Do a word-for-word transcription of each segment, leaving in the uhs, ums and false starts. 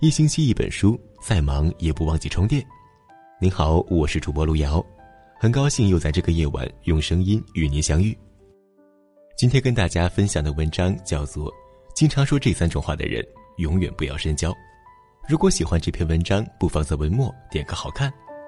一星期一本书，再忙也不忘记充电。您好，我是主播路遥，很高兴又在这个夜晚用声音与您相遇。今天跟大家分享的文章叫做《经常说这三种话的人永远不要深交》。如果喜欢这篇文章，不妨在文末点个好看。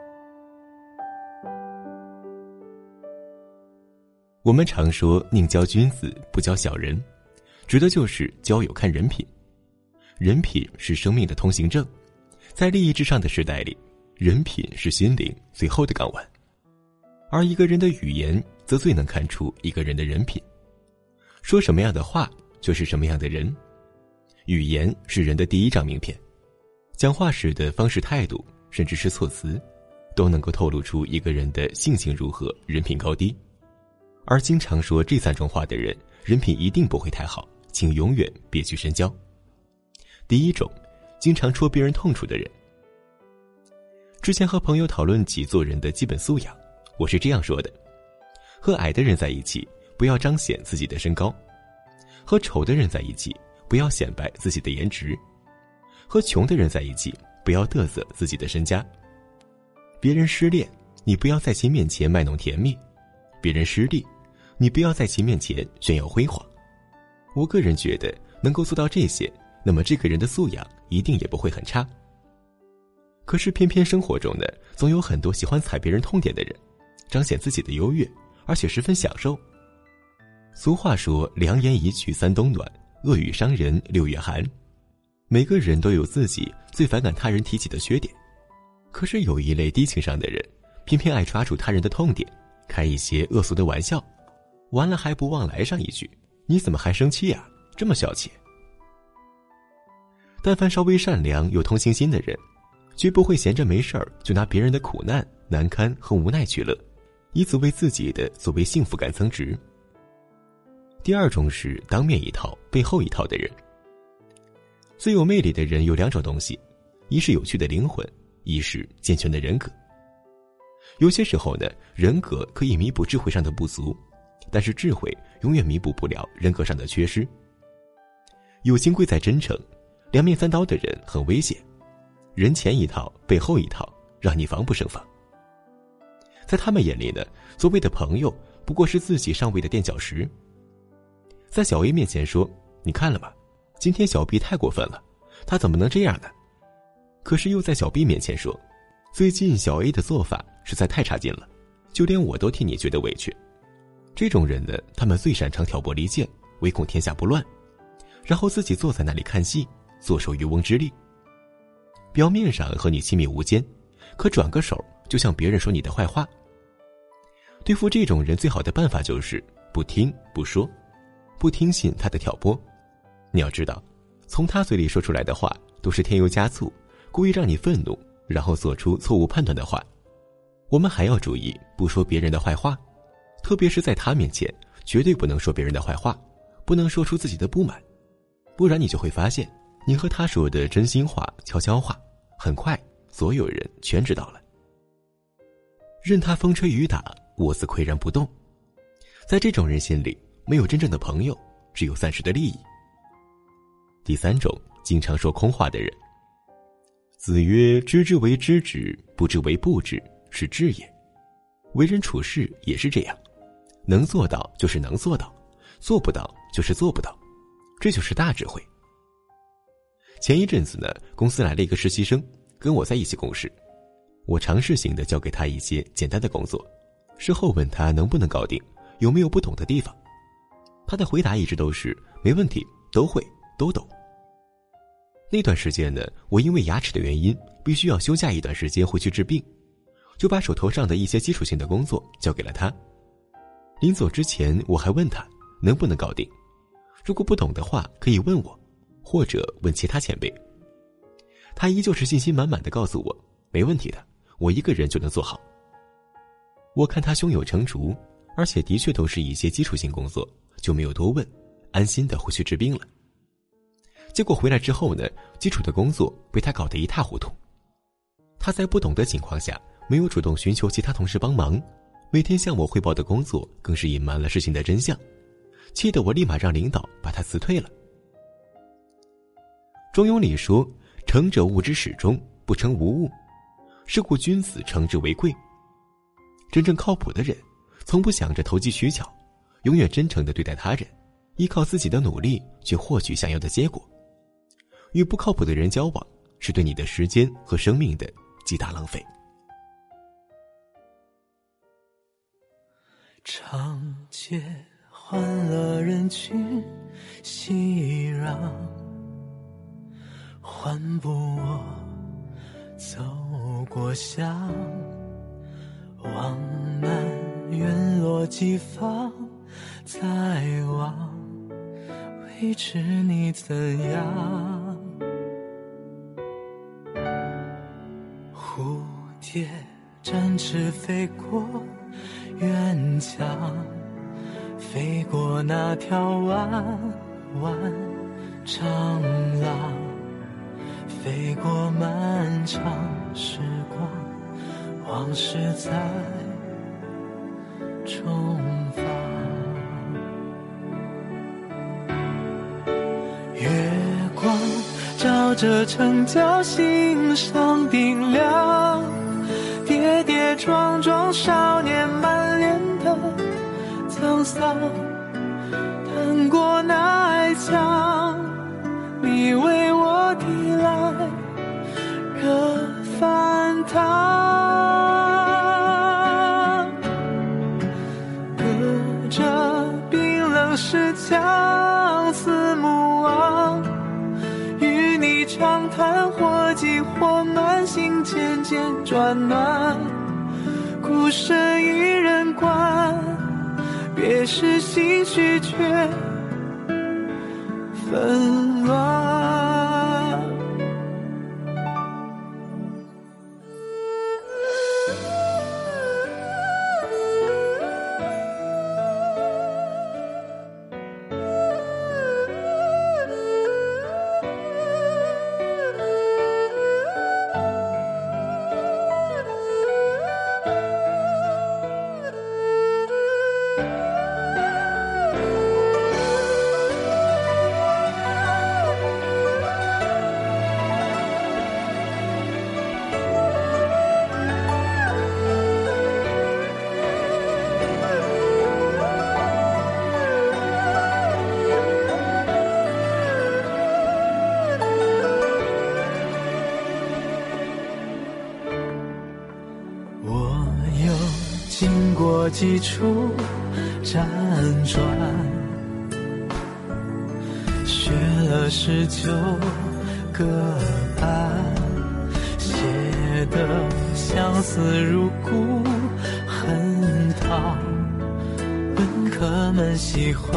我们常说宁交君子不交小人，指的就是交友看人品。人品是生命的通行证，在利益至上的时代里，人品是心灵最后的港湾。而一个人的语言则最能看出一个人的人品。说什么样的话就是什么样的人。语言是人的第一张名片，讲话时的方式态度，甚至是措辞，都能够透露出一个人的性情如何，人品高低。而经常说这三种话的人，人品一定不会太好，请永远别去深交。第一种，经常戳别人痛处的人。之前和朋友讨论起做人的基本素养，我是这样说的：和矮的人在一起，不要彰显自己的身高；和丑的人在一起，不要显摆自己的颜值；和穷的人在一起，不要嘚瑟自己的身家。别人失恋，你不要在其面前卖弄甜蜜；别人失利，你不要在其面前炫耀辉煌。我个人觉得，能够做到这些，那么这个人的素养一定也不会很差。可是偏偏生活中呢，总有很多喜欢踩别人痛点的人，彰显自己的优越，而且十分享受。俗话说，良言一句三冬暖，恶语伤人六月寒。每个人都有自己最反感他人提起的缺点，可是有一类低情商的人，偏偏爱抓住他人的痛点，开一些恶俗的玩笑，完了还不忘来上一句：你怎么还生气啊？这么小气。但凡稍微善良有同情心的人，绝不会闲着没事儿就拿别人的苦难、难堪和无奈取乐，以此为自己的所谓幸福感增值。第二种是当面一套背后一套的人。最有魅力的人有两种东西，一是有趣的灵魂，一是健全的人格。有些时候呢，人格可以弥补智慧上的不足，但是智慧永远弥补不了人格上的缺失。友情贵在真诚，两面三刀的人很危险，人前一套背后一套，让你防不胜防。在他们眼里呢，所谓的朋友不过是自己上位的垫脚石。在小 A 面前说，你看了吗？今天小 B 太过分了，他怎么能这样呢？可是又在小 B 面前说，最近小 A 的做法实在太差劲了，就连我都替你觉得委屈。这种人呢，他们最擅长挑拨离间，唯恐天下不乱，然后自己坐在那里看戏，坐收渔翁之利。表面上和你亲密无间，可转个手就向别人说你的坏话。对付这种人最好的办法就是不听不说，不听信他的挑拨。你要知道，从他嘴里说出来的话都是添油加醋，故意让你愤怒，然后做出错误判断的话。我们还要注意不说别人的坏话，特别是在他面前绝对不能说别人的坏话，不能说出自己的不满，不然你就会发现，你和他说的真心话、悄悄话，很快所有人全知道了。任他风吹雨打，我自岿然不动。在这种人心里，没有真正的朋友，只有暂时的利益。第三种，经常说空话的人。子曰：知之为知之，不知为不知，是智也。为人处事也是这样，能做到就是能做到，做不到就是做不到，这就是大智慧。前一阵子呢，公司来了一个实习生，跟我在一起共事。我尝试性的教给他一些简单的工作，事后问他能不能搞定，有没有不懂的地方。他的回答一直都是没问题，都会，都懂。那段时间呢，我因为牙齿的原因，必须要休假一段时间回去治病，就把手头上的一些基础性的工作交给了他。临走之前，我还问他能不能搞定，如果不懂的话可以问我，或者问其他前辈。他依旧是信心满满的告诉我，没问题的，我一个人就能做好。我看他胸有成竹，而且的确都是一些基础性工作，就没有多问，安心的回去治病了。结果回来之后呢，基础的工作被他搞得一塌糊涂。他在不懂的情况下，没有主动寻求其他同事帮忙，每天向我汇报的工作更是隐瞒了事情的真相，气得我立马让领导把他辞退了。中庸里说， 成者物之始终，不成无物，是故君子称之为贵。真正靠谱的人，从不想着投机取巧，永远真诚地对待他人，依靠自己的努力去获取想要的结果。与不靠谱的人交往，是对你的时间和生命的极大浪费。 长街欢乐人群熙攘，唤不我走过巷，往南院落几方，再望未知你怎样。蝴蝶展翅飞过远江，飞过那条弯弯长廊，飞过漫长时光，往事在重放。月光照着城郊，心上冰凉，跌跌撞撞，少年满脸的沧桑。趟过那爱墙，你为我递来热饭汤。隔着冰冷石墙，四目望，与你长谈，或急或慢，心渐渐转暖。孤身一人观，别时心绪却纷乱。经过几处辗转，学了十九个案，写的相思如故，很讨本科们喜欢。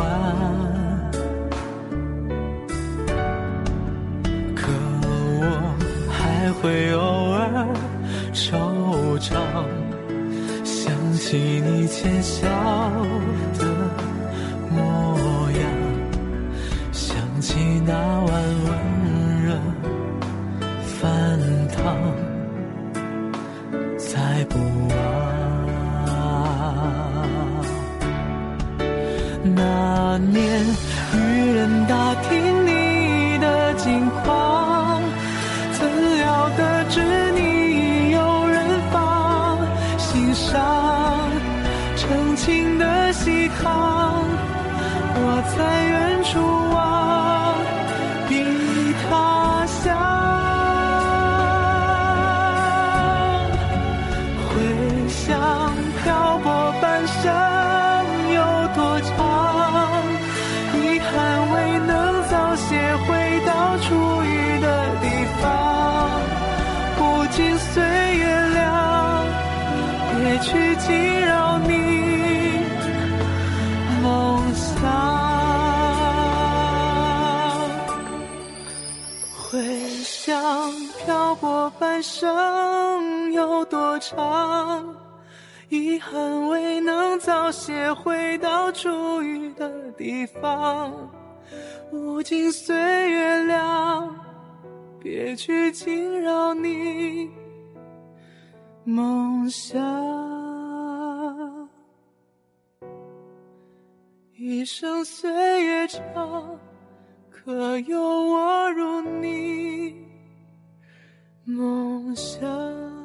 可我还会偶尔惆怅，想起你浅笑的模样，想起那碗温热饭汤，再不忘。那年与人打听你的近况，怎料得知你有人放，心上澄清的喜堂，我在远处望，比他乡。回想漂泊半生有多长，遗憾未能早些回到初遇的地方，不经岁月凉，别去惊扰你梦想。回想漂泊半生有多长，遗憾未能早些回到初遇的地方，不经岁月凉，别去惊扰你梦想。一生岁月长，可有我如你梦想。